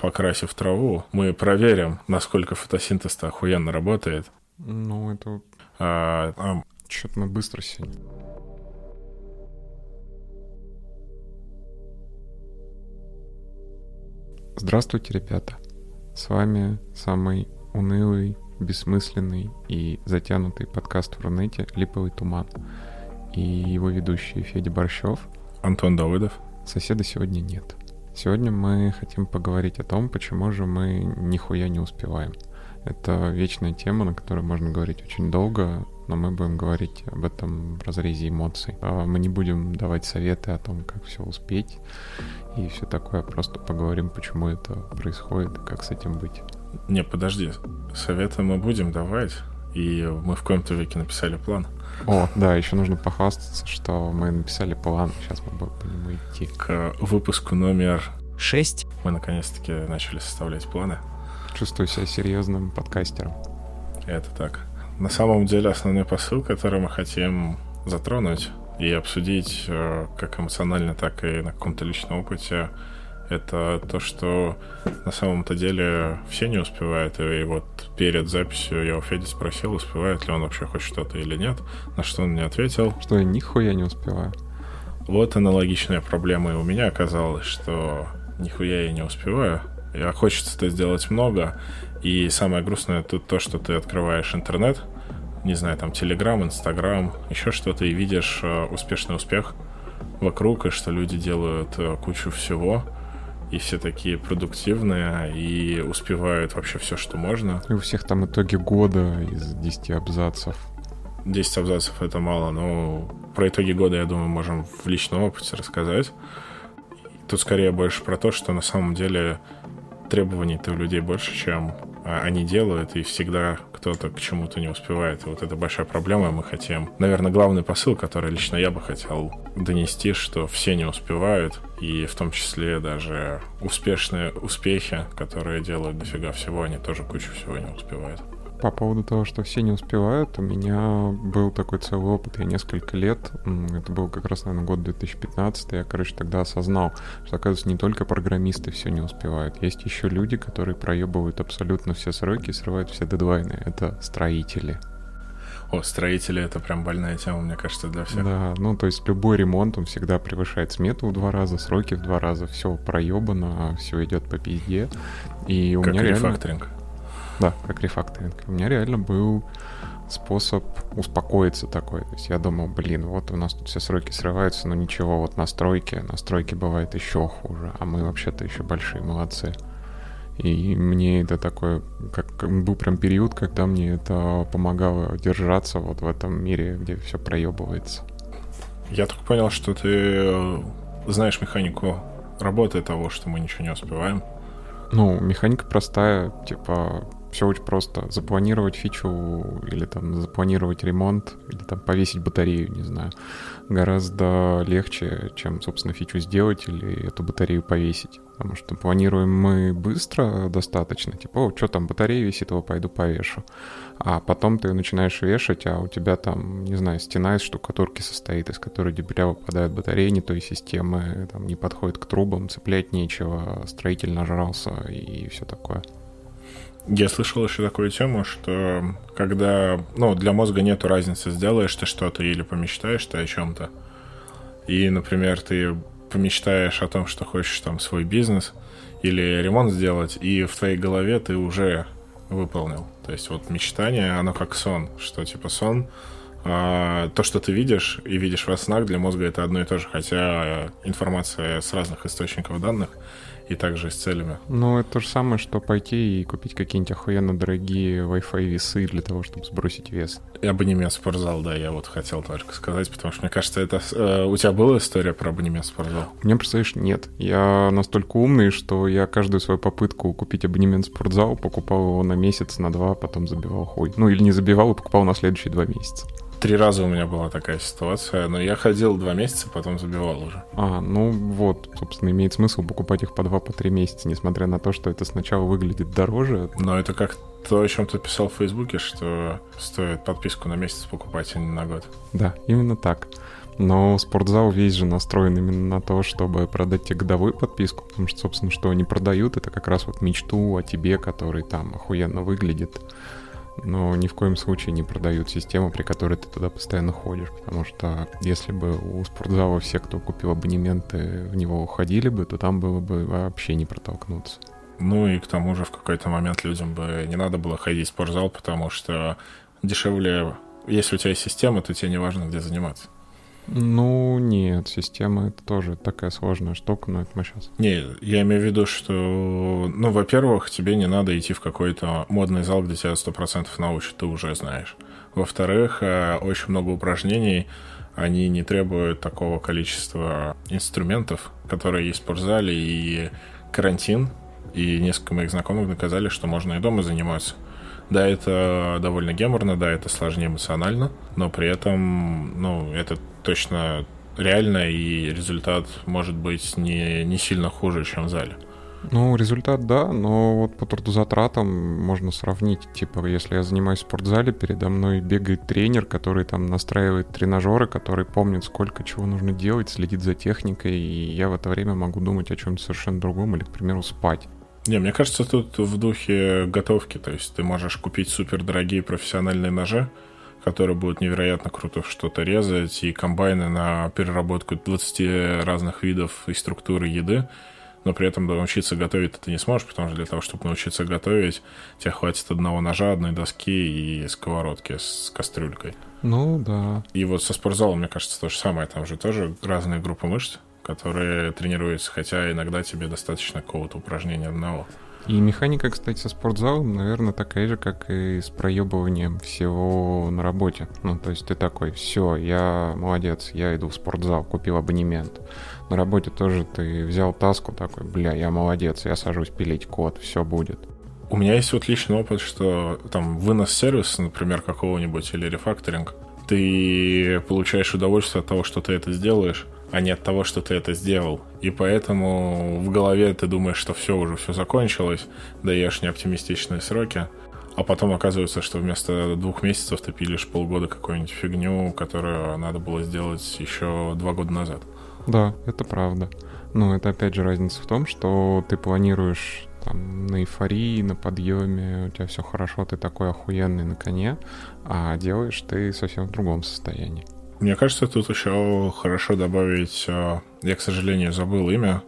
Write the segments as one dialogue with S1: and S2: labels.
S1: покрасив траву, мы проверим, насколько фотосинтез-то охуенно работает.
S2: Ну, это... Что-то мы быстро сегодня. Здравствуйте, ребята. С вами самый унылый, бессмысленный и затянутый подкаст в Рунете «Липовый туман». И его ведущие Федя Борщев.
S1: Антон Давыдов.
S2: Соседа сегодня нет. Сегодня мы хотим поговорить о том, почему же мы нихуя не успеваем. Это вечная тема, на которой можно говорить очень долго, но мы будем говорить об этом в разрезе эмоций. Мы не будем давать советы о том, как все успеть и все такое, просто поговорим, почему это происходит и как с этим быть.
S1: Не, подожди, советы мы будем давать, и мы в коем-то веке написали план.
S2: О, да, еще нужно похвастаться, что мы написали план, сейчас мы будем по нему идти.
S1: К выпуску номер
S3: 6
S1: мы наконец-таки начали составлять планы.
S2: Чувствую себя серьезным подкастером.
S1: Это так. На самом деле основной посыл, который мы хотим затронуть и обсудить как эмоционально, так и на каком-то личном опыте, это то, что на самом-то деле все не успевают. И вот перед записью я у Феди спросил, успевает ли он вообще хоть что-то или нет, на что он мне ответил.
S2: Что я нихуя не успеваю.
S1: Вот аналогичная проблема и у меня оказалась, что нихуя я не успеваю. А хочется-то сделать много. И самое грустное тут то, что ты открываешь интернет, не знаю, там Телеграм, Инстаграм, еще что-то, и видишь успешный успех вокруг, и что люди делают кучу всего, и все такие продуктивные, и успевают вообще все, что можно.
S2: И у всех там итоги года из 10 абзацев.
S1: 10 абзацев — это мало, но про итоги года, я думаю, можем в личном опыте рассказать. Тут скорее больше про то, что на самом деле требований-то у людей больше, чем они делают, и всегда кто-то к чему-то не успевает. И вот это большая проблема, и мы хотим... Наверное, главный посыл, который лично я бы хотел донести, что все не успевают, и в том числе даже успешные успехи, которые делают дофига всего, они тоже кучу всего не успевают.
S2: По поводу того, что все не успевают, у меня был такой целый опыт. Я несколько лет, это был как раз, наверное, год 2015, я, тогда осознал, что, оказывается, не только программисты все не успевают. Есть еще люди, которые проебывают абсолютно все сроки, срывают все дедлайны. Это строители.
S1: О, строители — это прям больная тема, мне кажется, для всех.
S2: Да, то есть любой ремонт, он всегда превышает смету в 2 раза, сроки в 2 раза, все проебано, все идет по пизде. И у
S1: как
S2: меня
S1: рефакторинг.
S2: Да, как рефакторинг. У меня реально был способ успокоиться такой. То есть я думал, вот у нас тут все сроки срываются, но ничего, вот настройки бывает еще хуже, а мы вообще-то еще большие молодцы. И мне это такой, был прям период, когда мне это помогало держаться вот в этом мире, где все проебывается.
S1: Я только понял, что ты знаешь механику работы того, что мы ничего не успеваем.
S2: Механика простая, все очень просто. Запланировать фичу или там запланировать ремонт, или там повесить батарею, не знаю, гораздо легче, чем, собственно, фичу сделать или эту батарею повесить. Потому что планируем мы быстро достаточно, что там, батарея висит, его пойду повешу. А потом ты начинаешь вешать, а у тебя там, не знаю, стена из штукатурки состоит, из которой дебеля выпадают батареи не той системы, там не подходит к трубам, цеплять нечего, строитель нажрался и все такое.
S1: Я слышал еще такую тему, что когда, для мозга нету разницы, сделаешь ты что-то или помечтаешь ты о чем-то. И, например, ты помечтаешь о том, что хочешь там свой бизнес или ремонт сделать, и в твоей голове ты уже выполнил. То есть вот мечтание, оно как сон, что сон, то, что ты видишь и видишь во снах, для мозга это одно и то же, хотя информация с разных источников данных и также с целями.
S2: Это то же самое, что пойти и купить какие-нибудь охуенно дорогие Wi-Fi весы для того, чтобы сбросить вес.
S1: И абонемент в спортзал, да, я вот хотел только сказать, потому что, мне кажется, это... У тебя была история про абонемент в спортзал?
S2: У меня, представляешь, нет. Я настолько умный, что я каждую свою попытку купить абонемент в спортзал покупал его на месяц, на 2, потом забивал хуй. Или не забивал и покупал на следующие 2 месяца.
S1: 3 раза у меня была такая ситуация, но я ходил 2 месяца, потом забивал уже.
S2: Собственно, имеет смысл покупать их по 2-3 месяца, несмотря на то, что это сначала выглядит дороже.
S1: Но это как то, о чем ты писал в Фейсбуке, что стоит подписку на месяц покупать, а не на год.
S2: Да, именно так. Но спортзал весь же настроен именно на то, чтобы продать тебе годовую подписку, потому что, собственно, что они продают, это как раз вот мечту о тебе, который там охуенно выглядит, но ни в коем случае не продают систему, при которой ты туда постоянно ходишь, потому что если бы у спортзала все, кто купил абонементы, в него уходили бы, то там было бы вообще не протолкнуться.
S1: Ну и к тому же в какой-то момент людям бы не надо было ходить в спортзал, потому что дешевле, если у тебя есть система, то тебе не важно, где заниматься.
S2: Ну, нет, система — это тоже такая сложная штука, но это мы сейчас.
S1: Не, я имею в виду, что, ну, во-первых, тебе не надо идти в какой-то модный зал, где тебя 100% научат, ты уже знаешь. Во-вторых, очень много упражнений, они не требуют такого количества инструментов, которые есть в спортзале, и карантин, и несколько моих знакомых доказали, что можно и дома заниматься. Да, это довольно геморно, да, это сложнее эмоционально, но при этом, ну, это точно реально, и результат может быть не сильно хуже, чем в зале.
S2: Ну, результат, да, но вот по трудозатратам можно сравнить. Типа, если я занимаюсь в спортзале, передо мной бегает тренер, который там настраивает тренажеры, который помнит, сколько чего нужно делать, следит за техникой, и я в это время могу думать о чем-то совершенно другом или, к примеру, спать.
S1: Не, мне кажется, тут в духе готовки, то есть ты можешь купить супердорогие профессиональные ножи, которые будут невероятно круто что-то резать, и комбайны на переработку 20 разных видов и структуры еды, но при этом научиться готовить ты не сможешь, потому что для того, чтобы научиться готовить, тебе хватит одного ножа, одной доски и сковородки с кастрюлькой.
S2: Ну, да.
S1: И вот со спортзалом, мне кажется, то же самое, там же тоже разные группы мышц, которые тренируются, хотя иногда тебе достаточно какого-то упражнения одного.
S2: И механика, кстати, со спортзалом, наверное, такая же, как и с проебыванием всего на работе. Ну, то есть ты такой, все, я молодец, я иду в спортзал, купил абонемент. На работе тоже ты взял таску такой, бля, я молодец, я сажусь пилить код, все будет.
S1: У меня есть вот личный опыт, что там вынос сервиса, например, какого-нибудь или рефакторинг, ты получаешь удовольствие от того, что ты это сделаешь, а не от того, что ты это сделал. И поэтому в голове ты думаешь, что все закончилось, даешь неоптимистичные сроки, а потом оказывается, что вместо 2 месяцев ты пилишь полгода какую-нибудь фигню, которую надо было сделать еще 2 года назад.
S2: Да, это правда. Но это опять же разница в том, что ты планируешь там на эйфории, на подъеме, у тебя все хорошо, ты такой охуенный на коне, а делаешь ты совсем в другом состоянии.
S1: Мне кажется, тут еще хорошо добавить, я, к сожалению, забыл имя,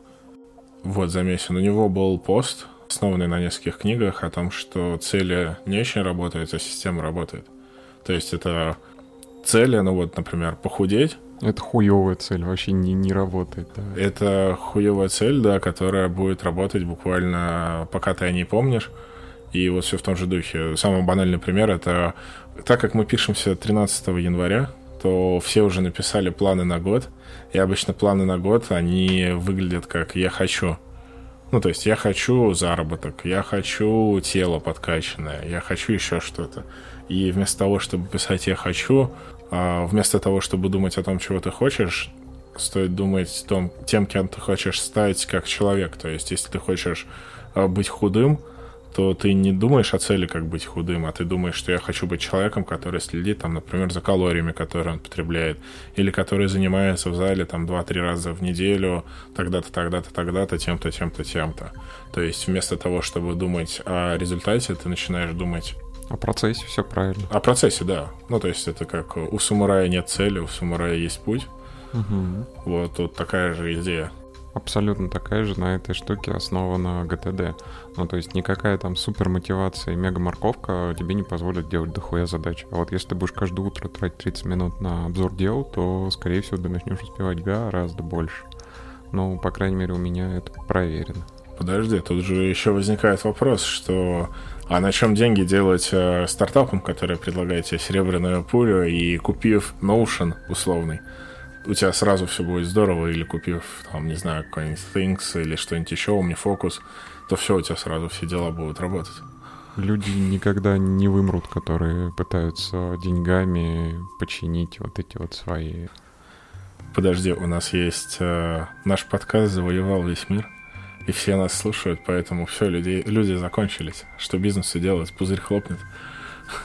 S1: вот замесен. У него был пост, основанный на нескольких книгах, о том, что цели не очень работают, а система работает. То есть это цели, ну вот, например, похудеть.
S2: Это хуевая цель, вообще не работает. Да.
S1: Это хуевая цель, да, которая будет работать буквально пока ты о ней помнишь. И вот все в том же духе. Самый банальный пример — это так как мы пишемся 13 января, то все уже написали планы на год. И обычно планы на год, они выглядят как «я хочу». Ну, то есть я хочу заработок, я хочу тело подкачанное, я хочу еще что-то. И вместо того, чтобы писать «я хочу», вместо того, чтобы думать о том, чего ты хочешь, стоит думать тем, кем ты хочешь стать как человек. То есть если ты хочешь быть худым, то ты не думаешь о цели, как быть худым, а ты думаешь, что я хочу быть человеком, который следит, там, например, за калориями, которые он потребляет, или который занимается в зале там 2-3 раза в неделю, тогда-то, тогда-то, тогда-то, тем-то, тем-то, тем-то. То есть вместо того, чтобы думать о результате, ты начинаешь думать...
S2: О процессе, все правильно.
S1: О процессе, да. Ну, то есть это как у самурая нет цели, у самурая есть путь.
S2: Угу.
S1: Вот тут такая же идея.
S2: Абсолютно такая же на этой штуке основана ГТД. Ну, то есть никакая там супермотивация и мега-морковка тебе не позволит делать дохуя задач. А вот если ты будешь каждое утро тратить 30 минут на обзор дел, то, скорее всего, ты начнешь успевать гораздо больше. Ну, по крайней мере, у меня это проверено.
S1: Подожди, тут же еще возникает вопрос, что... А на чем деньги делать стартапам, которые предлагают тебе серебряную пулю, и купив Notion условный, у тебя сразу все будет здорово, или купив, там, не знаю, какой-нибудь Things или что-нибудь еще, OmniFocus, то все, у тебя сразу все дела будут работать.
S2: Люди никогда не вымрут, которые пытаются деньгами починить вот эти вот свои...
S1: Подожди, у нас есть... наш подкаст завоевал весь мир, и все нас слушают, поэтому все, люди закончились. Что бизнесу делать? Пузырь хлопнет.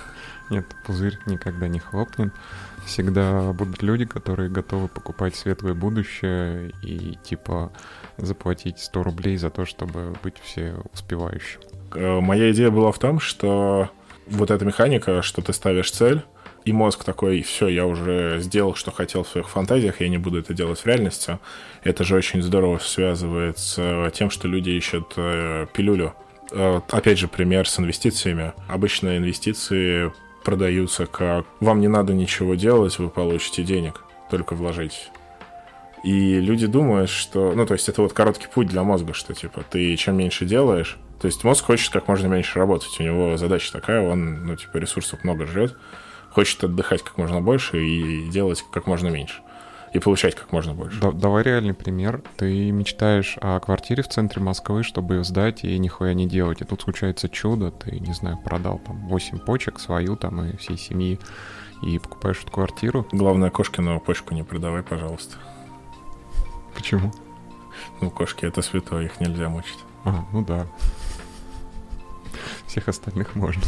S2: Нет, пузырь никогда не хлопнет. Всегда будут люди, которые готовы покупать светлое будущее и типа заплатить 100 рублей за то, чтобы быть все успевающим.
S1: Моя идея была в том, что вот эта механика, что ты ставишь цель, и мозг такой: все, я уже сделал, что хотел в своих фантазиях, я не буду это делать в реальности. Это же очень здорово связывает с тем, что люди ищут пилюлю. Опять же, пример с инвестициями. Обычно инвестиции продаются как: вам не надо ничего делать, вы получите денег, только вложите. И люди думают, что... Ну, то есть это вот короткий путь для мозга, что типа ты чем меньше делаешь... То есть мозг хочет как можно меньше работать. У него задача такая, он, ну, типа, ресурсов много жрет, хочет отдыхать как можно больше и делать как можно меньше. И получать как можно больше.
S2: Давай реальный пример. Ты мечтаешь о квартире в центре Москвы, чтобы ее сдать и нихуя не делать. И тут случается чудо. Ты, не знаю, продал там 8 почек, свою там и всей семьи, и покупаешь эту квартиру.
S1: Главное, кошкину почку не продавай, пожалуйста.
S2: Почему?
S1: Ну, кошки — это святое, их нельзя мучить.
S2: Ну да. Всех остальных можно.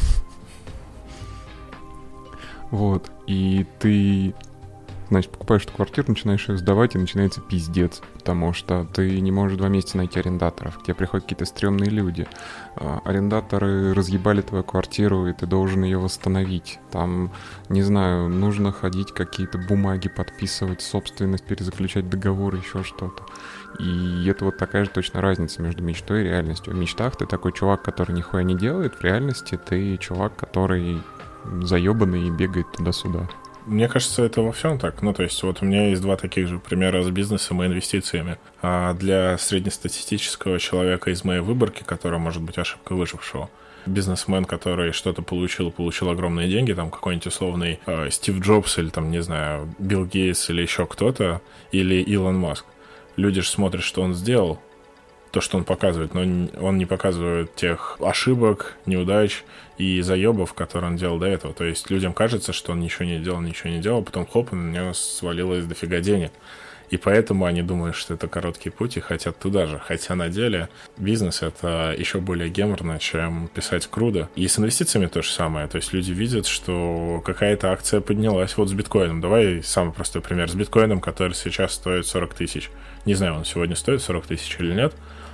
S2: Вот. И ты, значит, покупаешь эту квартиру, начинаешь ее сдавать, и начинается пиздец. Потому что ты не можешь 2 месяца найти арендаторов. К тебе приходят какие-то стрёмные люди. Арендаторы разъебали твою квартиру, и ты должен ее восстановить. Там, не знаю, нужно ходить, какие-то бумаги подписывать, собственность, перезаключать договор, еще что-то. И это вот такая же точно разница между мечтой и реальностью. В мечтах ты такой чувак, который нихуя не делает, в реальности ты чувак, который заебанный и бегает туда-сюда.
S1: Мне кажется, это во всем так. Ну, то есть, вот у меня есть 2 таких же примера с бизнесом и инвестициями. А для среднестатистического человека из моей выборки, которая может быть ошибка выжившего, бизнесмен, который что-то получил огромные деньги, там какой-нибудь условный Стив Джобс или там, не знаю, Билл Гейтс или еще кто-то, или Илон Маск. Люди же смотрят, что он сделал, то, что он показывает, но он не показывает тех ошибок, неудач и заебов, которые он делал до этого. То есть людям кажется, что он ничего не делал, потом хоп, на него свалилось дофига денег. И поэтому они думают, что это короткий путь и хотят туда же. Хотя на деле бизнес — это еще более геморно, чем писать крудо. И с инвестициями то же самое. То есть люди видят, что какая-то акция поднялась. Вот с биткоином. Давай самый простой пример. С биткоином, который сейчас стоит 40 тысяч. Не знаю, он сегодня стоит 40 тысяч или нет.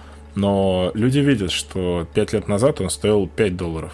S1: Но люди видят, что 5 лет назад он стоил $5.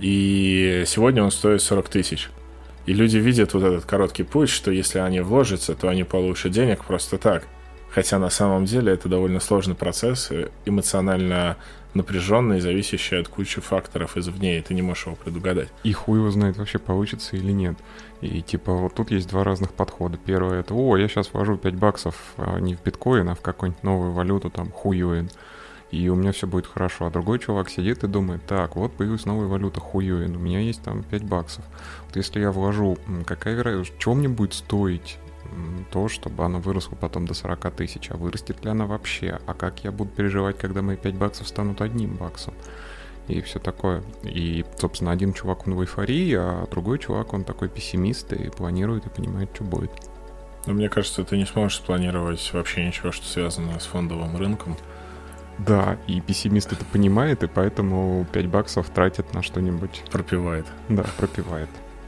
S1: И сегодня он стоит 40 тысяч. И люди видят вот этот короткий путь, что если они вложатся, то они получат денег просто так. Хотя на самом деле это довольно сложный процесс, эмоционально напряженный, зависящий от кучи факторов извне, и ты не можешь его предугадать.
S2: И хуй его знает, вообще получится или нет. И типа вот тут есть 2 разных подхода. Первое — это: я сейчас вложу $5 не в биткоин, а в какую-нибудь новую валюту, там, хуюэн, и у меня все будет хорошо. А другой чувак сидит и думает: так, вот появилась новая валюта хуюэн, у меня есть там $5. Вот если я вложу, какая вероятность, чего мне будет стоить то, чтобы она выросла потом до 40 тысяч? А вырастет ли она вообще? А как я буду переживать, когда мои $5 станут $1? И все такое. И, собственно, один чувак, он в эйфории, а другой чувак, он такой пессимист и планирует, и понимает, что будет.
S1: Но мне кажется, ты не сможешь спланировать вообще ничего, что связано с фондовым рынком.
S2: Да, и пессимист это понимает, и поэтому $5 тратит на что-нибудь.
S1: Пропивает.
S2: Да, пропивает.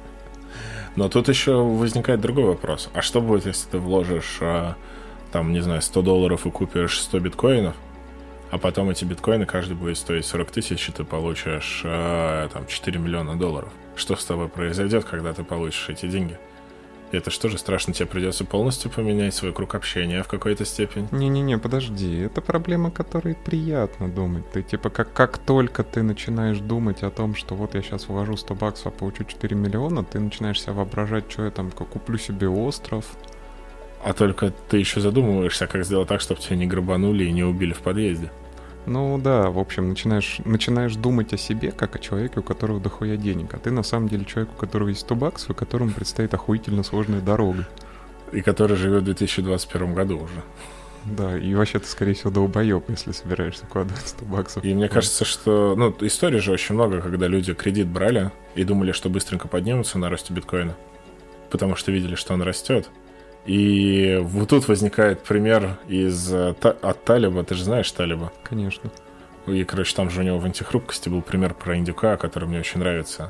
S1: Но тут еще возникает другой вопрос. А что будет, если ты вложишь, там, не знаю, $100 и купишь 100 биткоинов, а потом эти биткоины каждый будет стоить 40 тысяч, и ты получишь там $4 миллиона? Что с тобой произойдет, когда ты получишь эти деньги? Это что же страшно, тебе придется полностью поменять свой круг общения в какой-то степени?
S2: Не-не-не, подожди, это проблема, о которой приятно думать. Ты типа как только ты начинаешь думать о том, что вот я сейчас вложу $100, а получу 4 миллиона, ты начинаешь себя воображать, что я там куплю себе остров.
S1: А только ты еще задумываешься, как сделать так, чтобы тебя не грабанули и не убили в подъезде.
S2: Ну да, в общем, начинаешь думать о себе, как о человеке, у которого дохуя денег. А ты на самом деле человек, у которого есть $100, и которому предстоит охуительно сложная дорога.
S1: И который живет в 2021 году уже.
S2: Да, и вообще ты, скорее всего, долбоеб, если собираешься вкладывать $100.
S1: И мне кажется, что... Ну, историй же очень много, когда люди кредит брали и думали, что быстренько поднимутся на росте биткоина, потому что видели, что он растет. И вот тут возникает пример от Талиба. Ты же знаешь Талиба?
S2: Конечно.
S1: И, короче, там же у него в «Антихрупкости» был пример про индюка, который мне очень нравится.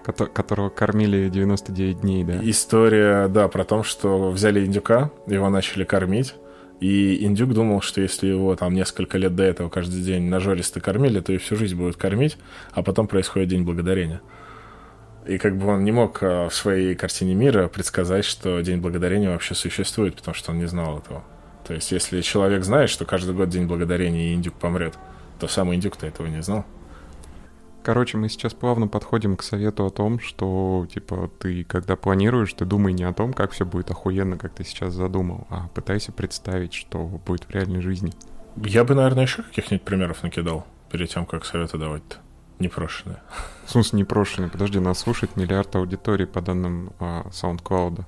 S2: Которого кормили 99 дней, да?
S1: История, да, про то, что взяли индюка, его начали кормить, и индюк думал, что если его там несколько лет до этого каждый день нажористо кормили, то и всю жизнь будут кормить, а потом происходит День Благодарения. И как бы он не мог в своей картине мира предсказать, что День Благодарения вообще существует, потому что он не знал этого. То есть если человек знает, что каждый год День Благодарения и индюк помрет, то сам индюк-то этого не знал.
S2: Короче, мы сейчас плавно подходим к совету о том, что, типа, ты, когда планируешь, ты думай не о том, как все будет охуенно, как ты сейчас задумал, а пытайся представить, что будет в реальной жизни.
S1: Я бы, наверное, еще каких-нибудь примеров накидал перед тем, как советы давать-то. Непрошенные.
S2: В смысле непрошенные? Подожди, нас слушает миллиард аудиторий по данным SoundCloud.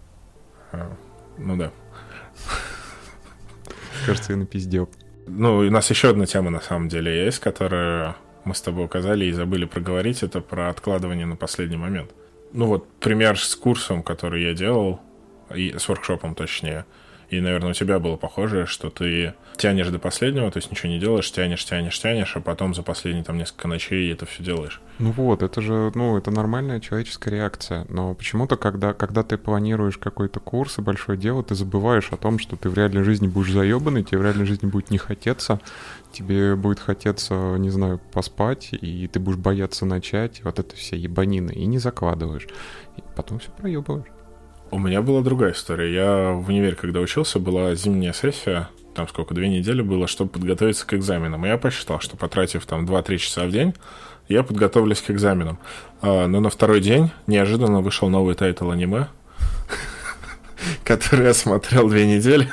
S1: Ну да.
S2: Кажется, я напиздел.
S1: Ну, у нас еще одна тема, на самом деле, есть, которую мы с тобой указали и забыли проговорить. Это про откладывание на последний момент. Ну вот, пример с курсом, который я делал, и с воркшопом точнее. И, наверное, у тебя было похожее, что ты тянешь до последнего, то есть ничего не делаешь, тянешь, а потом за последние там несколько ночей это все делаешь.
S2: Ну вот, это же, это нормальная человеческая реакция. Но почему-то, когда ты планируешь какой-то курс и большое дело, ты забываешь о том, что ты в реальной жизни будешь заебанный, тебе в реальной жизни будет не хотеться, тебе будет хотеться, не знаю, поспать, и ты будешь бояться начать, вот это все ебанины, и не закладываешь. И потом все проебываешь.
S1: У меня была другая история. Я в универе, когда учился, была зимняя сессия, там 2 недели было, чтобы подготовиться к экзаменам. И я посчитал, что потратив там 2-3 часа в день, я подготовлюсь к экзаменам. Но на второй день неожиданно вышел новый тайтл аниме, который я смотрел 2 недели.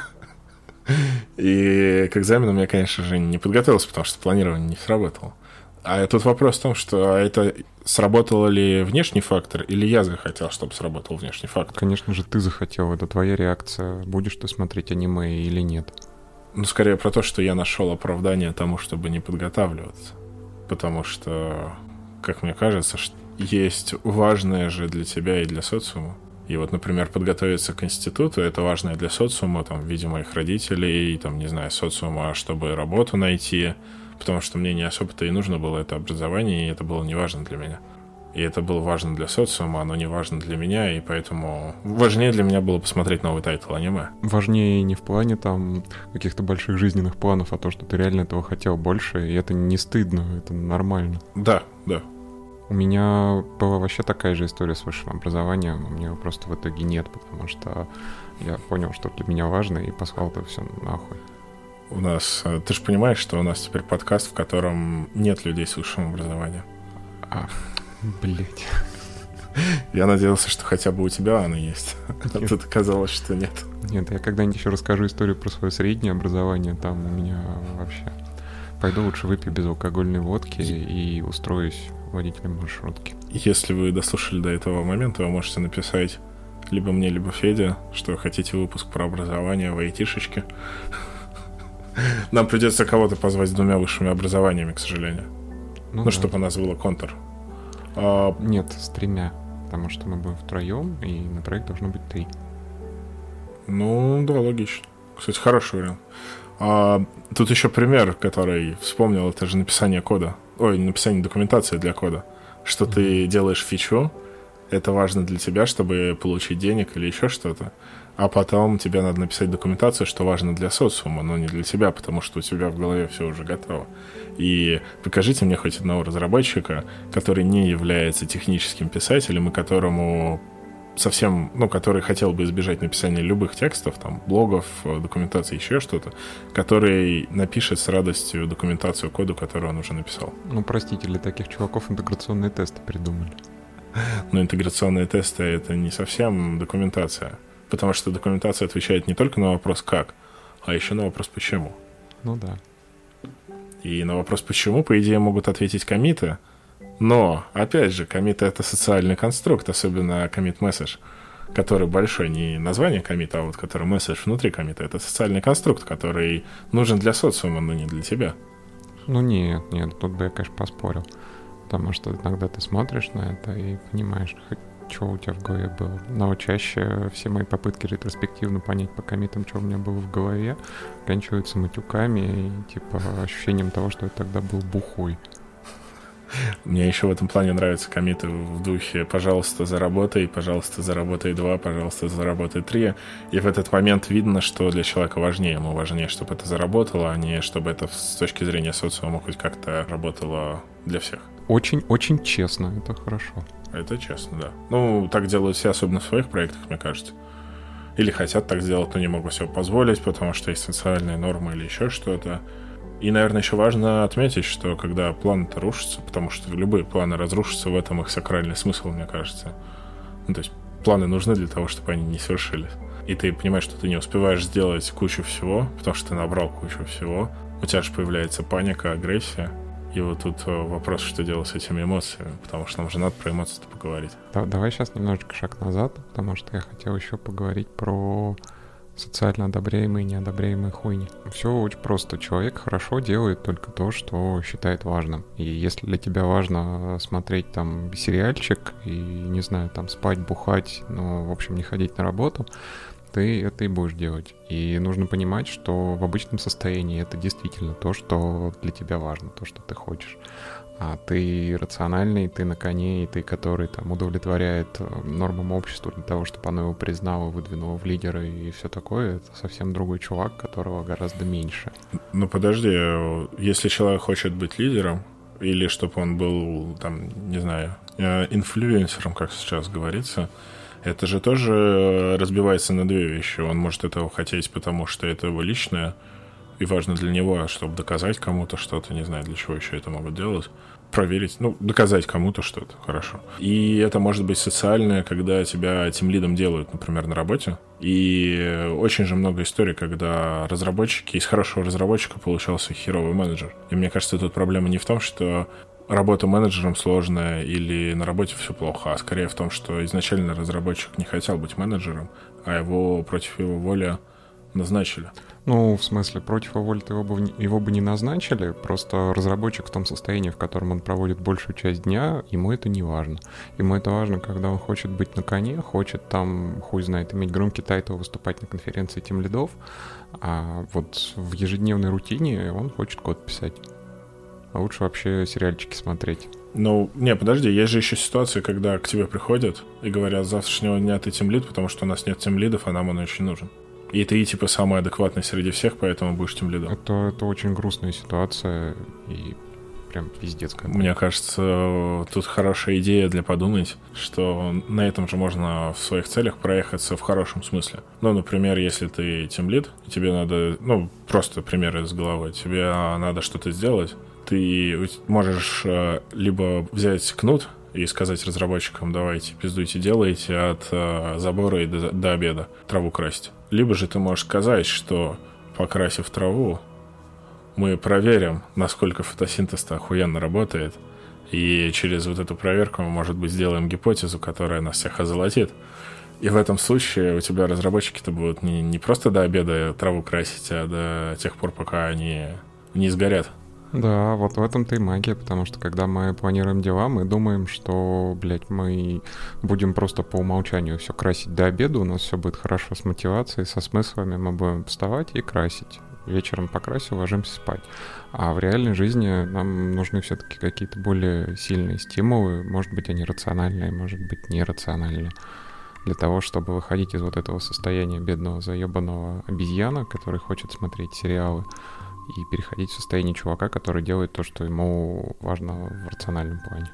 S1: И к экзаменам я, конечно же, не подготовился, потому что планирование не сработало. А тут вопрос в том, что это сработал ли внешний фактор, или я захотел, чтобы сработал внешний фактор?
S2: Конечно же, ты захотел, это твоя реакция. Будешь ты смотреть аниме или нет?
S1: Ну, скорее про то, что я нашел оправдание тому, чтобы не подготавливаться. Потому что, как мне кажется, есть важное же для тебя и для социума. И вот, например, подготовиться к институту — это важно для социума, там, в виде моих родителей, там, не знаю, социума, чтобы работу найти, потому что мне не особо-то и нужно было это образование, и это было не важно для меня. И это было важно для социума, оно не важно для меня, и поэтому важнее для меня было посмотреть новый тайтл аниме.
S2: Важнее не в плане там каких-то больших жизненных планов, а то, что ты реально этого хотел больше, и это не стыдно, это нормально.
S1: Да, да.
S2: У меня была вообще такая же история с высшим образованием, у меня его просто в итоге нет, потому что я понял, что для меня важно, и послал это все нахуй.
S1: У нас, ты же понимаешь, что у нас теперь подкаст, в котором нет людей с высшим образованием.
S2: Блять.
S1: Я надеялся, что хотя бы у тебя оно есть. А тут оказалось, что нет.
S2: Нет, я когда-нибудь еще расскажу историю про свое среднее образование. Там у меня вообще... Пойду лучше выпью безалкогольной водки и устроюсь водителем маршрутки.
S1: Если вы дослушали до этого момента, вы можете написать либо мне, либо Феде, что хотите выпуск про образование в айтишечке. Нам придется кого-то позвать с 2 высшими образованиями, к сожалению. Ну, чтобы у нас было контур.
S2: Нет, с 3, потому что мы будем втроем, и на проект должно быть 3.
S1: Ну, да, логично. Кстати, хороший вариант. Тут еще пример, который вспомнил, это же написание кода. Написание документации для кода. Что ты делаешь фичу, это важно для тебя, чтобы получить денег или еще что-то. А потом тебе надо написать документацию, что важно для социума, но не для тебя, потому что у тебя в голове все уже готово. И покажите мне хоть одного разработчика, который не является техническим писателем, и которому совсем, который хотел бы избежать написания любых текстов, там, блогов, документации, еще что-то, который напишет с радостью документацию коду, которую он уже написал.
S2: Ну, простите, для таких чуваков интеграционные тесты придумали.
S1: Но интеграционные тесты — это не совсем документация. Потому что документация отвечает не только на вопрос «как», а еще на вопрос «почему».
S2: Ну да.
S1: И на вопрос «почему», по идее, могут ответить коммиты. Но, опять же, коммиты — это социальный конструкт, особенно commit-message, который большой, не название коммита, а вот который месседж внутри коммита. Это социальный конструкт, который нужен для социума, но не для тебя.
S2: Ну нет, тут бы я, конечно, поспорил. Потому что иногда ты смотришь на это и понимаешь, что у тебя в голове было. Но чаще все мои попытки ретроспективно понять по коммитам, что у меня было в голове, заканчиваются матюками и типа ощущением того, что я тогда был бухой.
S1: Мне еще в этом плане нравятся коммиты в духе «пожалуйста, заработай 2, пожалуйста, заработай 3». И в этот момент видно, что для человека важнее. Ему важнее, чтобы это заработало, а не чтобы это с точки зрения социума хоть как-то работало для всех.
S2: Очень честно, это хорошо.
S1: Это честно, да. Ну, так делают все, особенно в своих проектах, мне кажется. Или хотят так сделать, но не могут себе позволить, потому что есть социальные нормы или еще что-то. И, наверное, еще важно отметить, что когда планы-то рушатся, потому что любые планы разрушатся, в этом их сакральный смысл, мне кажется. Ну, то есть планы нужны для того, чтобы они не свершились. И ты понимаешь, что ты не успеваешь сделать кучу всего, потому что ты набрал кучу всего. У тебя же появляется паника, агрессия. И вот тут вопрос, что делать с этими эмоциями, потому что нам же надо про эмоции-то поговорить.
S2: Давай сейчас немножечко шаг назад, потому что я хотел еще поговорить про социально одобряемые и неодобряемые хуйни. Все очень просто. Человек хорошо делает только то, что считает важным. И если для тебя важно смотреть там сериальчик и, не знаю, там спать, бухать, ну, в общем, не ходить на работу, ты это и будешь делать. И нужно понимать, что в обычном состоянии это действительно то, что для тебя важно, то, что ты хочешь. А ты рациональный, ты на коне, и ты, который там удовлетворяет нормам общества для того, чтобы оно его признало, выдвинуло в лидеры и все такое, это совсем другой чувак, которого гораздо меньше.
S1: Ну подожди, если человек хочет быть лидером, или чтобы он был, там, не знаю, инфлюенсером, как сейчас говорится, это же тоже разбивается на две вещи. Он может этого хотеть, потому что это его личное, и важно для него, чтобы доказать кому-то что-то, не знаю, для чего еще это могут делать, проверить, ну, доказать кому-то что-то, хорошо. И это может быть социальное, когда тебя тимлидом делают, например, на работе. И очень же много историй, когда разработчики, из хорошего разработчика получался херовый менеджер. И мне кажется, тут проблема не в том, что работа менеджером сложная или на работе все плохо, а скорее в том, что изначально разработчик не хотел быть менеджером, а его против его воли назначили.
S2: Ну, в смысле, против его воли его бы не назначили, просто разработчик в том состоянии, в котором он проводит большую часть дня, ему это не важно. Ему это важно, когда он хочет быть на коне, хочет там, хуй знает, иметь громкий тайтл, выступать на конференции тимлидов, а вот в ежедневной рутине он хочет код писать. А лучше вообще сериальчики смотреть.
S1: Ну, не, подожди, есть же еще ситуация, когда к тебе приходят и говорят, с завтрашнего дня ты тимлид, потому что у нас нет тимлидов, а нам он очень нужен. И ты, типа, самый адекватный среди всех, поэтому будешь тимлидом.
S2: Это очень грустная ситуация и прям пиздец.
S1: Мне кажется, тут хорошая идея для подумать, что на этом же можно в своих целях проехаться в хорошем смысле. Ну, например, если ты тимлид, тебе надо, ну, просто пример из головы, тебе надо что-то сделать, ты можешь либо взять кнут и сказать разработчикам, давайте, пиздуйте, делайте от забора и до обеда траву красить. Либо же ты можешь сказать, что, покрасив траву, мы проверим, насколько фотосинтез-то охуенно работает, и через вот эту проверку мы, может быть, сделаем гипотезу, которая нас всех озолотит. И в этом случае у тебя разработчики-то будут не просто до обеда траву красить, а до тех пор, пока они не сгорят.
S2: Да, вот в этом-то и магия, потому что когда мы планируем дела, мы думаем, что, блядь, мы будем просто по умолчанию все красить до обеда, у нас все будет хорошо с мотивацией, со смыслами, мы будем вставать и красить. Вечером покрасил, ложимся спать. А в реальной жизни нам нужны все-таки какие-то более сильные стимулы, может быть, они рациональные, может быть, нерациональные, для того, чтобы выходить из вот этого состояния бедного заебанного обезьяна, который хочет смотреть сериалы, и переходить в состояние чувака, который делает то, что ему важно в рациональном плане.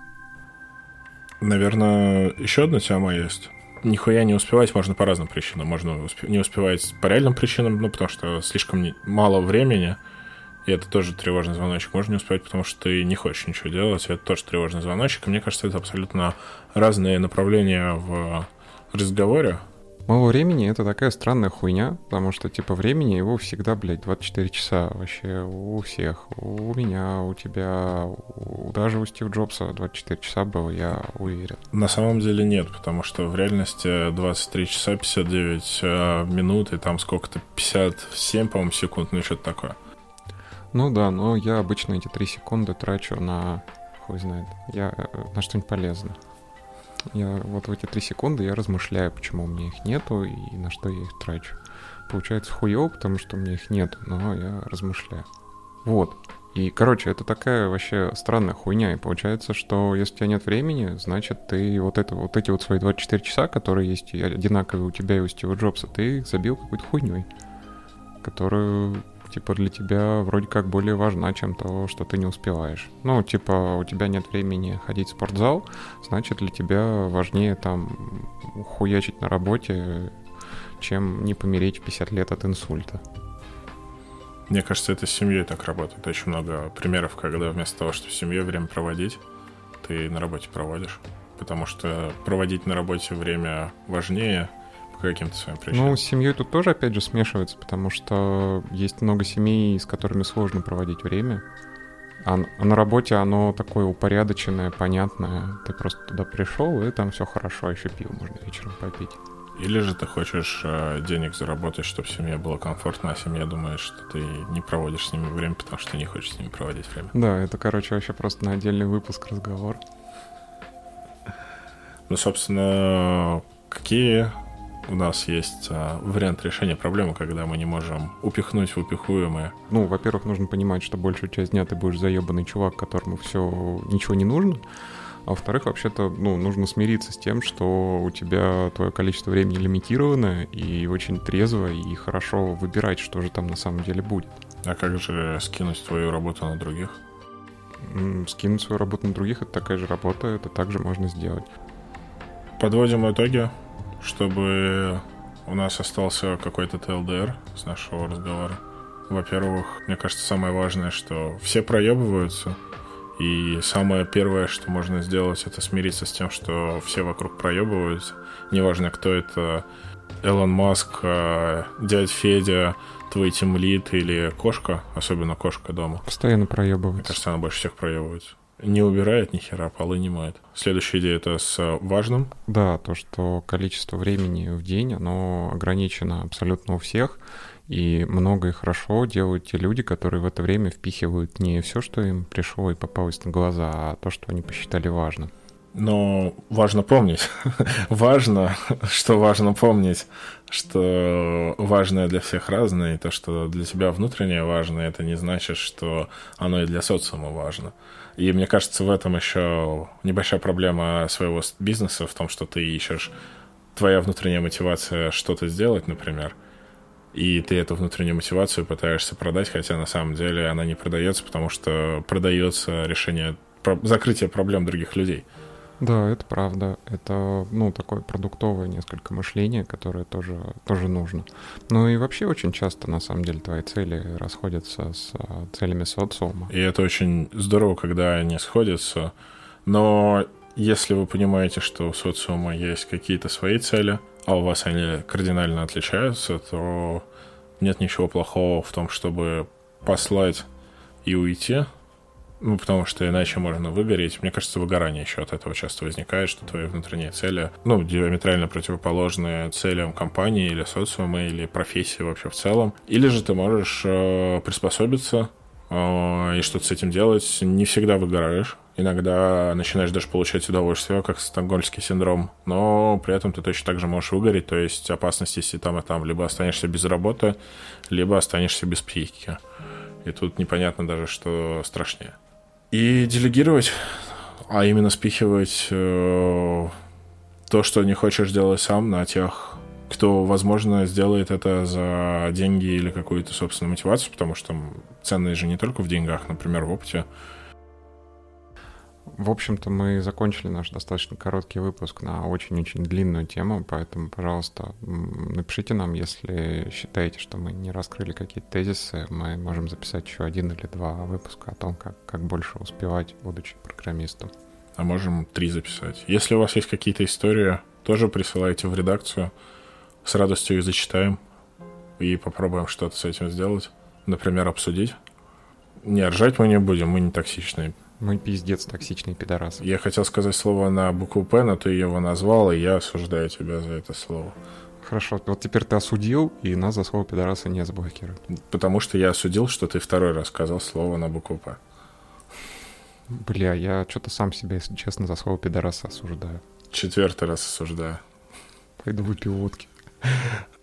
S1: Наверное, еще одна тема есть. Нихуя не успевать можно по разным причинам. Можно не успевать по реальным причинам, ну, потому что слишком мало времени, и это тоже тревожный звоночек. Можно не успевать, потому что ты не хочешь ничего делать, и это тоже тревожный звоночек. И мне кажется, это абсолютно разные направления в разговоре.
S2: Мало времени — это такая странная хуйня, потому что, типа, времени его всегда, блядь, 24 часа вообще у всех. У меня, у тебя, даже у Стива Джобса 24 часа было, я уверен.
S1: На самом деле нет, потому что в реальности 23 часа 59 минут, и там сколько-то, 57, по-моему, секунд, ну и что-то такое.
S2: Ну да, но я обычно эти 3 секунды трачу на, хуй знает, на что-нибудь полезное. Я вот в эти 3 секунды я размышляю, почему у меня их нету и на что я их трачу. Получается хуёво, потому что у меня их нет, но я размышляю. Вот. И, короче, это такая вообще странная хуйня. И получается, что если у тебя нет времени, значит, ты вот эти вот свои 24 часа, которые есть и одинаковые у тебя и у Стива Джобса, ты их забил какой-то хуйней, которую, типа, для тебя вроде как более важна, чем то, что ты не успеваешь. Ну, типа, у тебя нет времени ходить в спортзал, значит, для тебя важнее там хуячить на работе, чем не помереть в 50 лет от инсульта.
S1: Мне кажется, это с семьей так работает. Очень много примеров, когда вместо того, чтобы с семьей время проводить, ты на работе проводишь. Потому что проводить на работе время важнее по каким-то своим причинам.
S2: Ну, с семьей тут тоже, опять же, смешивается, потому что есть много семей, с которыми сложно проводить время. А на работе оно такое упорядоченное, понятное. Ты просто туда пришел, и там все хорошо, еще пиво можно вечером попить.
S1: Или же ты хочешь денег заработать, чтобы семье было комфортно, а семья думает, что ты не проводишь с ними время, потому что ты не хочешь с ними проводить время.
S2: Да, это, короче, вообще просто на отдельный выпуск разговор.
S1: Ну, собственно, какие у нас есть варианты решения проблемы, когда мы не можем упихнуть в упихуемое?
S2: Ну, во-первых, нужно понимать, что большую часть дня ты будешь заебанный чувак, которому все ничего не нужно. А во-вторых, вообще-то, нужно смириться с тем, что у тебя твое количество времени лимитированное, и очень трезво и хорошо выбирать, что же там на самом деле будет.
S1: А как же скинуть твою работу на других?
S2: Скинуть свою работу на других — это такая же работа, это также можно сделать.
S1: Подводим итоги, чтобы у нас остался какой-то ТЛДР с нашего разговора. Во-первых, мне кажется, самое важное, что все проебываются. И самое первое, что можно сделать, это смириться с тем, что все вокруг проебываются. Неважно, кто это, Элон Маск, дядь Федя, твой тимлид или кошка, особенно кошка дома.
S2: Постоянно проебывается.
S1: Мне кажется, она больше всех проебывается. Не убирает ни хера, полы не моет. Следующая идея — это с важным.
S2: Да, то, что количество времени в день, оно ограничено абсолютно у всех. И много и хорошо делают те люди, которые в это время впихивают не все, что им пришло и попалось на глаза, а то, что они посчитали важным.
S1: Но важно помнить, важно помнить, что важное для всех разное, и то, что для тебя внутреннее важно, это не значит, что оно и для социума важно. И мне кажется, в этом еще небольшая проблема своего бизнеса, в том, что ты ищешь, твоя внутренняя мотивация что-то сделать, например, и ты эту внутреннюю мотивацию пытаешься продать, хотя на самом деле она не продается, потому что продается решение закрытия проблем других людей.
S2: Да, это правда. Это, такое продуктовое несколько мышление, которое тоже нужно. Ну и вообще очень часто, на самом деле, твои цели расходятся с целями социума.
S1: И это очень здорово, когда они сходятся. Но если вы понимаете, что у социума есть какие-то свои цели, а у вас они кардинально отличаются, то нет ничего плохого в том, чтобы послать и уйти. Потому что иначе можно выгореть. Мне кажется, выгорание еще от этого часто возникает, что твои внутренние цели, диаметрально противоположные целям компании или социума, или профессии вообще в целом. Или же ты можешь приспособиться и что-то с этим делать. Не всегда выгораешь. Иногда начинаешь даже получать удовольствие, как стокгольмский синдром, но при этом ты точно так же можешь выгореть, то есть опасность есть и там, и там. Либо останешься без работы, либо останешься без психики. И тут непонятно даже, что страшнее. И делегировать, а именно спихивать то, что не хочешь делать сам, на тех, кто, возможно, сделает это за деньги или какую-то собственную мотивацию, потому что ценность же не только в деньгах, например, в опыте.
S2: В общем-то, мы закончили наш достаточно короткий выпуск на очень-очень длинную тему, поэтому, пожалуйста, напишите нам, если считаете, что мы не раскрыли какие-то тезисы, мы можем записать еще 1 или 2 выпуска о том, как больше успевать, будучи программистом.
S1: А можем 3 записать. Если у вас есть какие-то истории, тоже присылайте в редакцию, с радостью их зачитаем и попробуем что-то с этим сделать, например, обсудить. Не, ржать мы не будем, мы не токсичные.
S2: Мы пиздец токсичные пидорасы.
S1: Я хотел сказать слово на букву «П», но ты его назвал, и я осуждаю тебя за это слово.
S2: Хорошо, вот теперь ты осудил, и нас за слово пидорасы не заблокируют.
S1: Потому что я осудил, что ты второй раз сказал слово на букву «П».
S2: Бля, я что-то сам себя, если честно, за слово пидораса осуждаю.
S1: 4-й раз осуждаю.
S2: Пойду выпью водки.